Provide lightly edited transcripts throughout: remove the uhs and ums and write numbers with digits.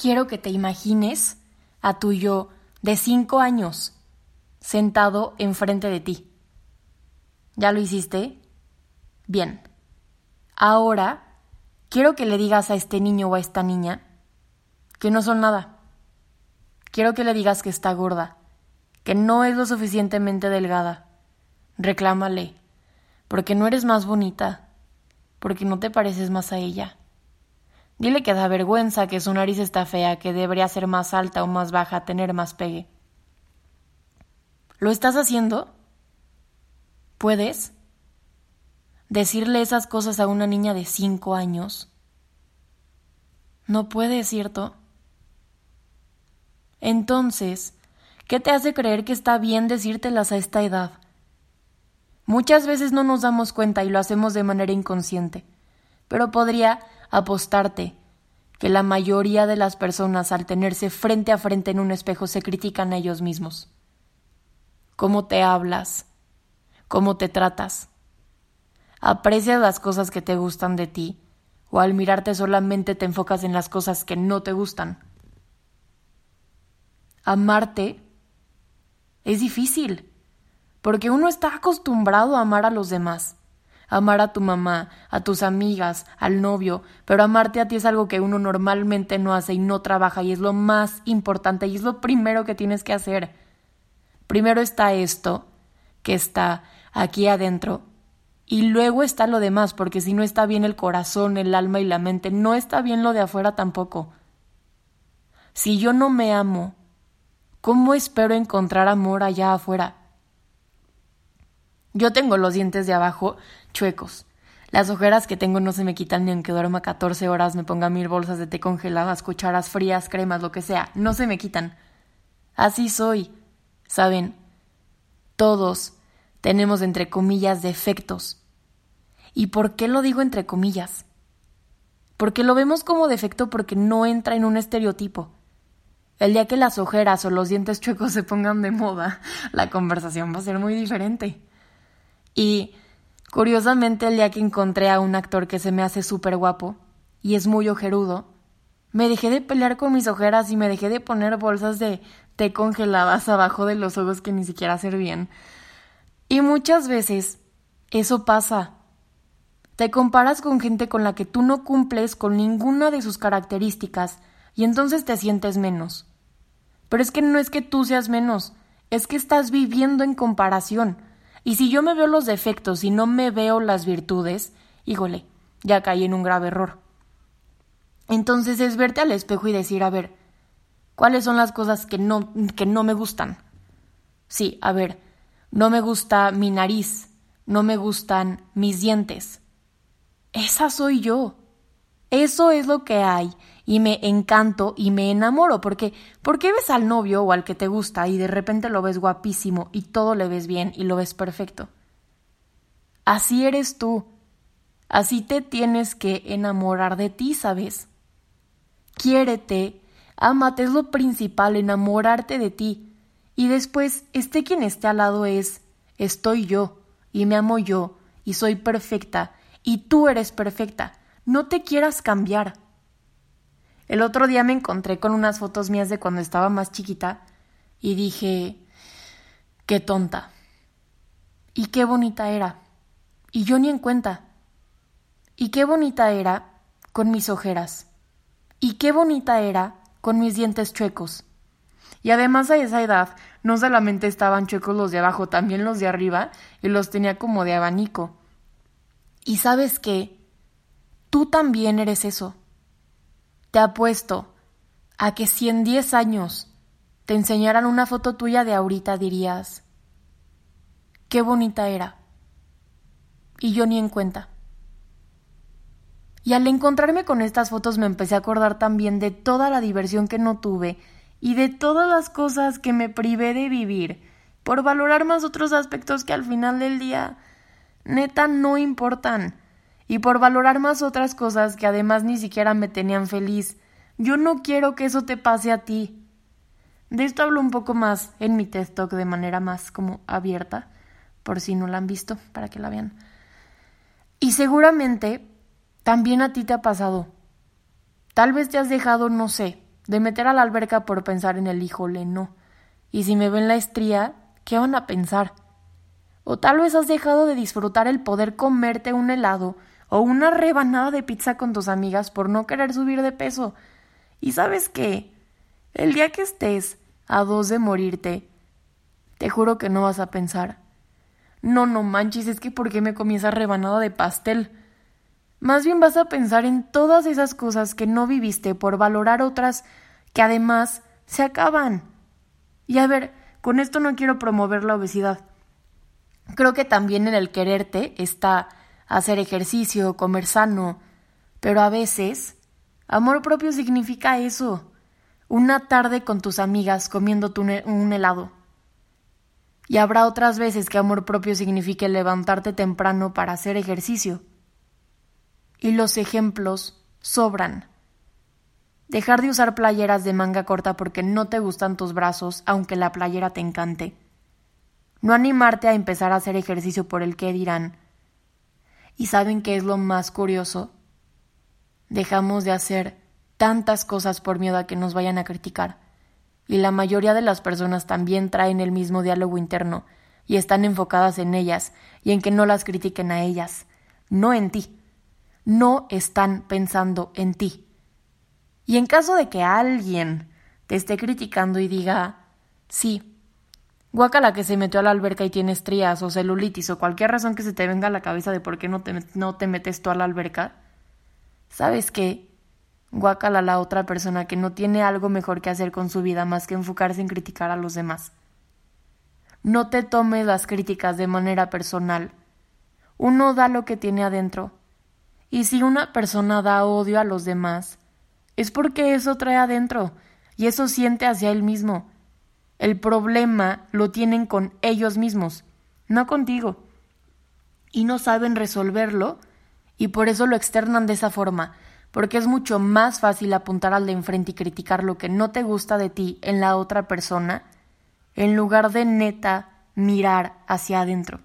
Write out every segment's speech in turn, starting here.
quiero que te imagines a tu yo de 5 años sentado enfrente de ti. ¿Ya lo hiciste? Bien. Ahora quiero que le digas a este niño o a esta niña que no son nada. Quiero que le digas que está gorda, que no es lo suficientemente delgada. Reclámale, porque no eres más bonita, porque no te pareces más a ella. Dile que da vergüenza, que su nariz está fea, que debería ser más alta o más baja, tener más pegue. ¿Lo estás haciendo? ¿Puedes decirle esas cosas a una niña de 5 años? No puedes, ¿cierto? Entonces, ¿qué te hace creer que está bien decírtelas a esta edad? Muchas veces no nos damos cuenta y lo hacemos de manera inconsciente, pero podría apostarte que la mayoría de las personas al tenerse frente a frente en un espejo se critican a ellos mismos. ¿Cómo te hablas? ¿Cómo te tratas? ¿Aprecias las cosas que te gustan de ti? ¿O al mirarte solamente te enfocas en las cosas que no te gustan? Amarte es difícil, porque uno está acostumbrado a amar a los demás, amar a tu mamá, a tus amigas, al novio, pero amarte a ti es algo que uno normalmente no hace y no trabaja, y es lo más importante y es lo primero que tienes que hacer. Primero está esto, que está aquí adentro, y luego está lo demás, porque si no está bien el corazón, el alma y la mente, no está bien lo de afuera tampoco. Si yo no me amo, ¿cómo espero encontrar amor allá afuera? Yo tengo los dientes de abajo chuecos. Las ojeras que tengo no se me quitan ni aunque duerma 14 horas, me ponga 1000 bolsas de té congeladas, cucharas frías, cremas, lo que sea. No se me quitan. Así soy. ¿Saben? Todos tenemos entre comillas defectos. ¿Y por qué lo digo entre comillas? Porque lo vemos como defecto porque no entra en un estereotipo. El día que las ojeras o los dientes chuecos se pongan de moda, la conversación va a ser muy diferente. Y curiosamente el día que encontré a un actor que se me hace súper guapo y es muy ojerudo, me dejé de pelear con mis ojeras y me dejé de poner bolsas de té congeladas abajo de los ojos que ni siquiera servían. Y muchas veces eso pasa. Te comparas con gente con la que tú no cumples con ninguna de sus características y entonces te sientes menos. Pero es que no es que tú seas menos, es que estás viviendo en comparación. Y si yo me veo los defectos y no me veo las virtudes, híjole, ya caí en un grave error. Entonces es verte al espejo y decir, a ver, ¿cuáles son las cosas que no me gustan? Sí, a ver, no me gusta mi nariz, no me gustan mis dientes. Esa soy yo. Eso es lo que hay y me encanto y me enamoro porque ¿por qué ves al novio o al que te gusta y de repente lo ves guapísimo y todo le ves bien y lo ves perfecto? Así eres tú. Así te tienes que enamorar de ti, ¿sabes? Quiérete, ámate, es lo principal, enamorarte de ti. Y después, esté quien esté al lado estoy yo y me amo yo y soy perfecta y tú eres perfecta. No te quieras cambiar. El otro día me encontré con unas fotos mías de cuando estaba más chiquita y dije, qué tonta. Y qué bonita era. Y yo ni en cuenta. Y qué bonita era con mis ojeras. Y qué bonita era con mis dientes chuecos. Y además a esa edad no solamente estaban chuecos los de abajo, también los de arriba y los tenía como de abanico. ¿Y sabes qué? Tú también eres eso. Te apuesto a que si en 10 años te enseñaran una foto tuya de ahorita dirías, qué bonita era. Y yo ni en cuenta. Y al encontrarme con estas fotos me empecé a acordar también de toda la diversión que no tuve y de todas las cosas que me privé de vivir por valorar más otros aspectos que al final del día neta no importan. Y por valorar más otras cosas que además ni siquiera me tenían feliz. Yo no quiero que eso te pase a ti. De esto hablo un poco más en mi TED Talk de manera más como abierta, por si no la han visto, para que la vean. Y seguramente también a ti te ha pasado. Tal vez te has dejado, no sé, de meter a la alberca por pensar en el híjole, no. Y si me ven la estría, ¿qué van a pensar? O tal vez has dejado de disfrutar el poder comerte un helado o una rebanada de pizza con tus amigas por no querer subir de peso. ¿Y sabes qué? El día que estés a 2 de morirte, te juro que no vas a pensar: no manches, es que ¿por qué me comí esa rebanada de pastel? Más bien vas a pensar en todas esas cosas que no viviste por valorar otras que además se acaban. Y a ver, con esto no quiero promover la obesidad. Creo que también en el quererte está hacer ejercicio, comer sano, pero a veces amor propio significa eso: una tarde con tus amigas comiéndote un helado. Y habrá otras veces que amor propio signifique levantarte temprano para hacer ejercicio. Y los ejemplos sobran. Dejar de usar playeras de manga corta porque no te gustan tus brazos, aunque la playera te encante. No animarte a empezar a hacer ejercicio por el qué dirán. ¿Y saben qué es lo más curioso? Dejamos de hacer tantas cosas por miedo a que nos vayan a criticar. Y la mayoría de las personas también traen el mismo diálogo interno y están enfocadas en ellas y en que no las critiquen a ellas, no en ti. No están pensando en ti. Y en caso de que alguien te esté criticando y diga: sí, guácala que se metió a la alberca y tiene estrías o celulitis o cualquier razón que se te venga a la cabeza de por qué no te metes tú a la alberca, ¿sabes qué? Guácala a la otra persona que no tiene algo mejor que hacer con su vida más que enfocarse en criticar a los demás. No te tomes las críticas de manera personal. Uno da lo que tiene adentro. Y si una persona da odio a los demás, es porque eso trae adentro y eso siente hacia él mismo. El problema lo tienen con ellos mismos, no contigo. Y no saben resolverlo y por eso lo externan de esa forma, porque es mucho más fácil apuntar al de enfrente y criticar lo que no te gusta de ti en la otra persona, en lugar de neta mirar hacia adentro.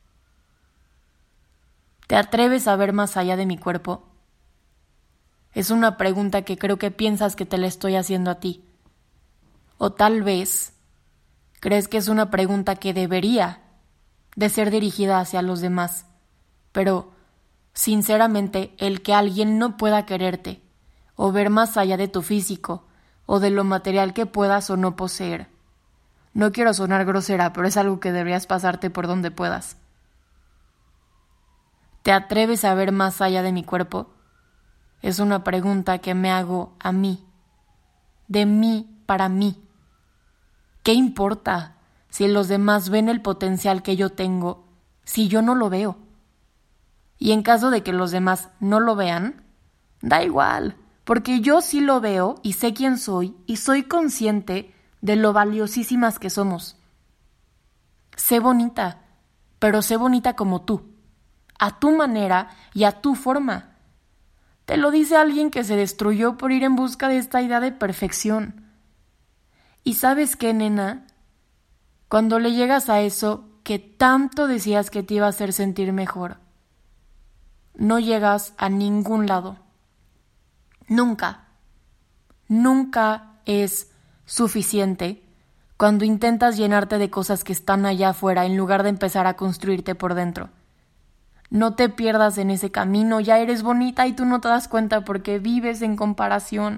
¿Te atreves a ver más allá de mi cuerpo? Es una pregunta que creo que piensas que te la estoy haciendo a ti. O tal vez crees que es una pregunta que debería de ser dirigida hacia los demás. Pero, sinceramente, el que alguien no pueda quererte o ver más allá de tu físico o de lo material que puedas o no poseer. No quiero sonar grosera, pero es algo que deberías pasarte por donde puedas. ¿Te atreves a ver más allá de mi cuerpo? Es una pregunta que me hago a mí, de mí para mí. ¿Qué importa si los demás ven el potencial que yo tengo si yo no lo veo? Y en caso de que los demás no lo vean, da igual, porque yo sí lo veo y sé quién soy y soy consciente de lo valiosísimas que somos. Sé bonita, pero sé bonita como tú, a tu manera y a tu forma. Te lo dice alguien que se destruyó por ir en busca de esta idea de perfección. ¿Y sabes qué, nena? Cuando le llegas a eso que tanto decías que te iba a hacer sentir mejor, no llegas a ningún lado. Nunca. Nunca es suficiente cuando intentas llenarte de cosas que están allá afuera en lugar de empezar a construirte por dentro. No te pierdas en ese camino, ya eres bonita y tú no te das cuenta porque vives en comparación.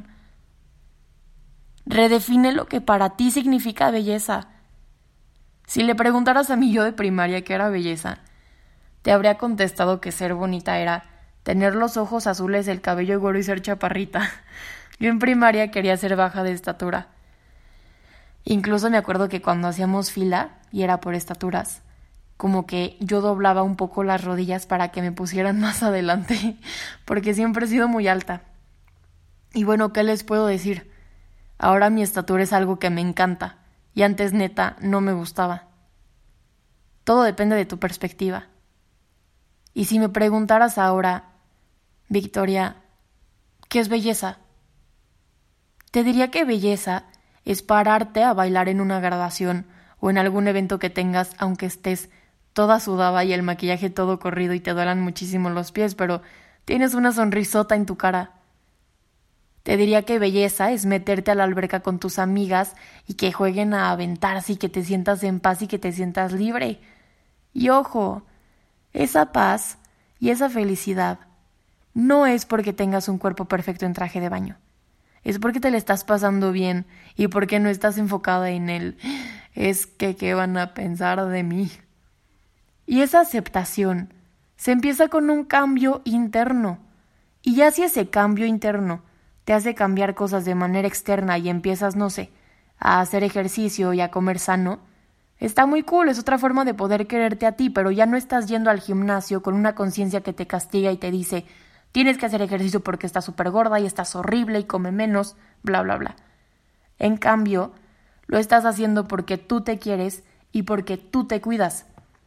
Redefine lo que para ti significa belleza. Si le preguntaras a mi yo de primaria qué era belleza, te habría contestado que ser bonita era tener los ojos azules, el cabello güero y ser chaparrita. Yo en primaria quería ser baja de estatura. Incluso me acuerdo que cuando hacíamos fila, y era por estaturas, como que yo doblaba un poco las rodillas para que me pusieran más adelante, porque siempre he sido muy alta. Y bueno, ¿qué les puedo decir? Ahora mi estatura es algo que me encanta, y antes neta no me gustaba. Todo depende de tu perspectiva. Y si me preguntaras ahora, Victoria, ¿qué es belleza? Te diría que belleza es pararte a bailar en una graduación o en algún evento que tengas, aunque estés toda sudada y el maquillaje todo corrido y te duelan muchísimo los pies, pero tienes una sonrisota en tu cara. te diría que belleza es meterte a la alberca con tus amigas y que jueguen a aventarse y que te sientas en paz y que te sientas libre. Y ojo, esa paz y esa felicidad no es porque tengas un cuerpo perfecto en traje de baño. Es porque te le estás pasando bien y porque no estás enfocada en él. Es que ¿qué van a pensar de mí? Y esa aceptación se empieza con un cambio interno. Y ya si ese cambio interno te hace cambiar cosas de manera externa y empiezas, no sé, a hacer ejercicio y a comer sano, está muy cool, es otra forma de poder quererte a ti, pero ya no estás yendo al gimnasio con una conciencia que te castiga y te dice, tienes que hacer ejercicio porque estás súper gorda y estás horrible y come menos, bla, bla, bla. En cambio, lo estás haciendo porque tú te quieres y porque tú te cuidas.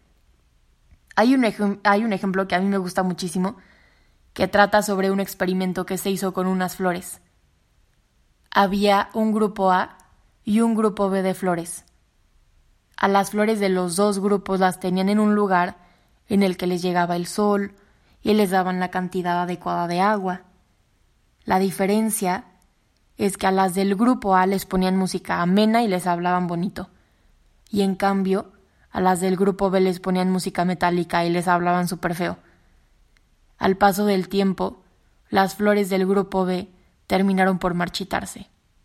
Hay un ejemplo que a mí me gusta muchísimo, que trata sobre un experimento que se hizo con unas flores. Había un grupo A y un grupo B de flores. A las flores de los dos grupos las tenían en un lugar en el que les llegaba el sol y les daban la cantidad adecuada de agua. La diferencia es que a las del grupo A les ponían música amena y les hablaban bonito. Y en cambio, a las del grupo B les ponían música metálica y les hablaban súper feo. Al paso del tiempo, las flores del grupo B terminaron por marchitarse.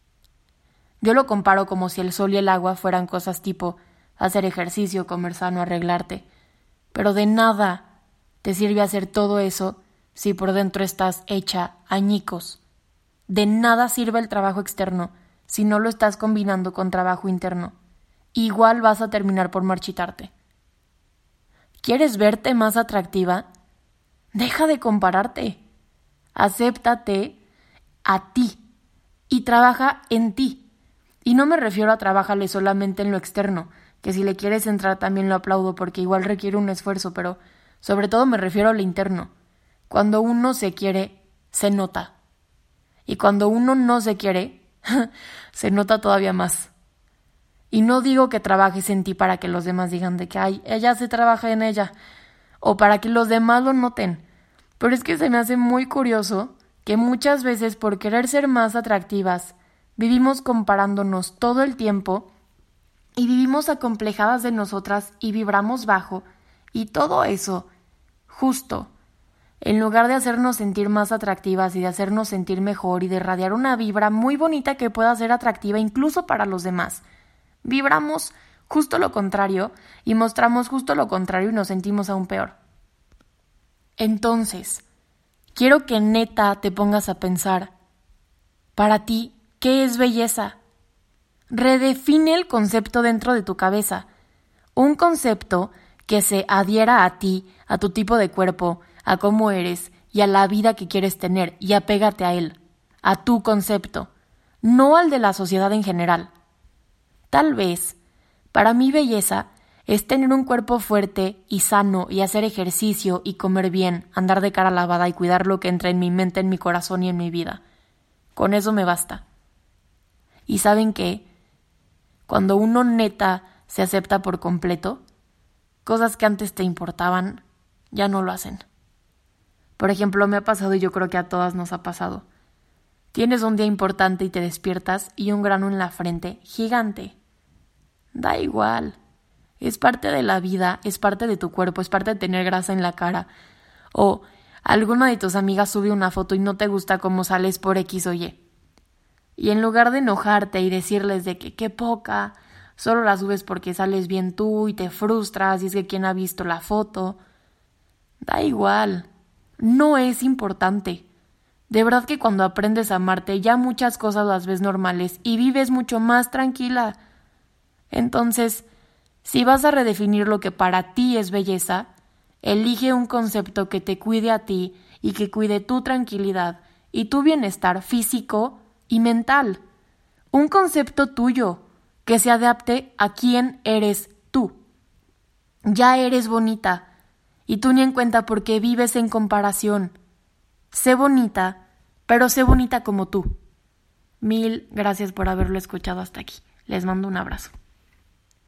Yo lo comparo como si el sol y el agua fueran cosas tipo hacer ejercicio, comer sano, arreglarte. Pero de nada te sirve hacer todo eso si por dentro estás hecha añicos. De nada sirve el trabajo externo si no lo estás combinando con trabajo interno. Igual vas a terminar por marchitarte. ¿Quieres verte más atractiva? Deja de compararte. Acéptate a ti y trabaja en ti. Y no me refiero a trabajarle solamente en lo externo, que si le quieres entrar también lo aplaudo porque igual requiere un esfuerzo, pero sobre todo me refiero a lo interno. Cuando uno se quiere, se nota. Y cuando uno no se quiere, se nota todavía más. Y no digo que trabajes en ti para que los demás digan de que ay, ella se trabaja en ella, o para que los demás lo noten. Pero es que se me hace muy curioso que muchas veces por querer ser más atractivas, vivimos comparándonos todo el tiempo y vivimos acomplejadas de nosotras y vibramos bajo, y todo eso, justo, en lugar de hacernos sentir más atractivas y de hacernos sentir mejor y de irradiar una vibra muy bonita que pueda ser atractiva incluso para los demás, vibramos justo lo contrario y mostramos justo lo contrario y nos sentimos aún peor. Entonces, quiero que neta te pongas a pensar, para ti, ¿qué es belleza? Redefine el concepto dentro de tu cabeza. Un concepto que se adhiera a ti, a tu tipo de cuerpo, a cómo eres y a la vida que quieres tener y apégate a él, a tu concepto, no al de la sociedad en general. Tal vez, para mí belleza es tener un cuerpo fuerte y sano y hacer ejercicio y comer bien, andar de cara lavada y cuidar lo que entra en mi mente, en mi corazón y en mi vida. Con eso me basta. ¿Y saben qué? Cuando uno neta se acepta por completo, cosas que antes te importaban ya no lo hacen. Por ejemplo, me ha pasado y yo creo que a todas nos ha pasado. Tienes un día importante y te despiertas y un grano en la frente gigante. Da igual. Es parte de la vida, es parte de tu cuerpo, es parte de tener grasa en la cara. O alguna de tus amigas sube una foto y no te gusta cómo sales por X o Y. Y en lugar de enojarte y decirles de que qué poca, solo la subes porque sales bien tú y te frustras y es que quién ha visto la foto. Da igual, no es importante. De verdad que cuando aprendes a amarte ya muchas cosas las ves normales y vives mucho más tranquila. Entonces, si vas a redefinir lo que para ti es belleza, elige un concepto que te cuide a ti y que cuide tu tranquilidad y tu bienestar físico y mental. Un concepto tuyo que se adapte a quién eres tú. Ya eres bonita y tú ni en cuenta porque vives en comparación. Sé bonita, pero sé bonita como tú. 1000 gracias por haberlo escuchado hasta aquí. Les mando un abrazo.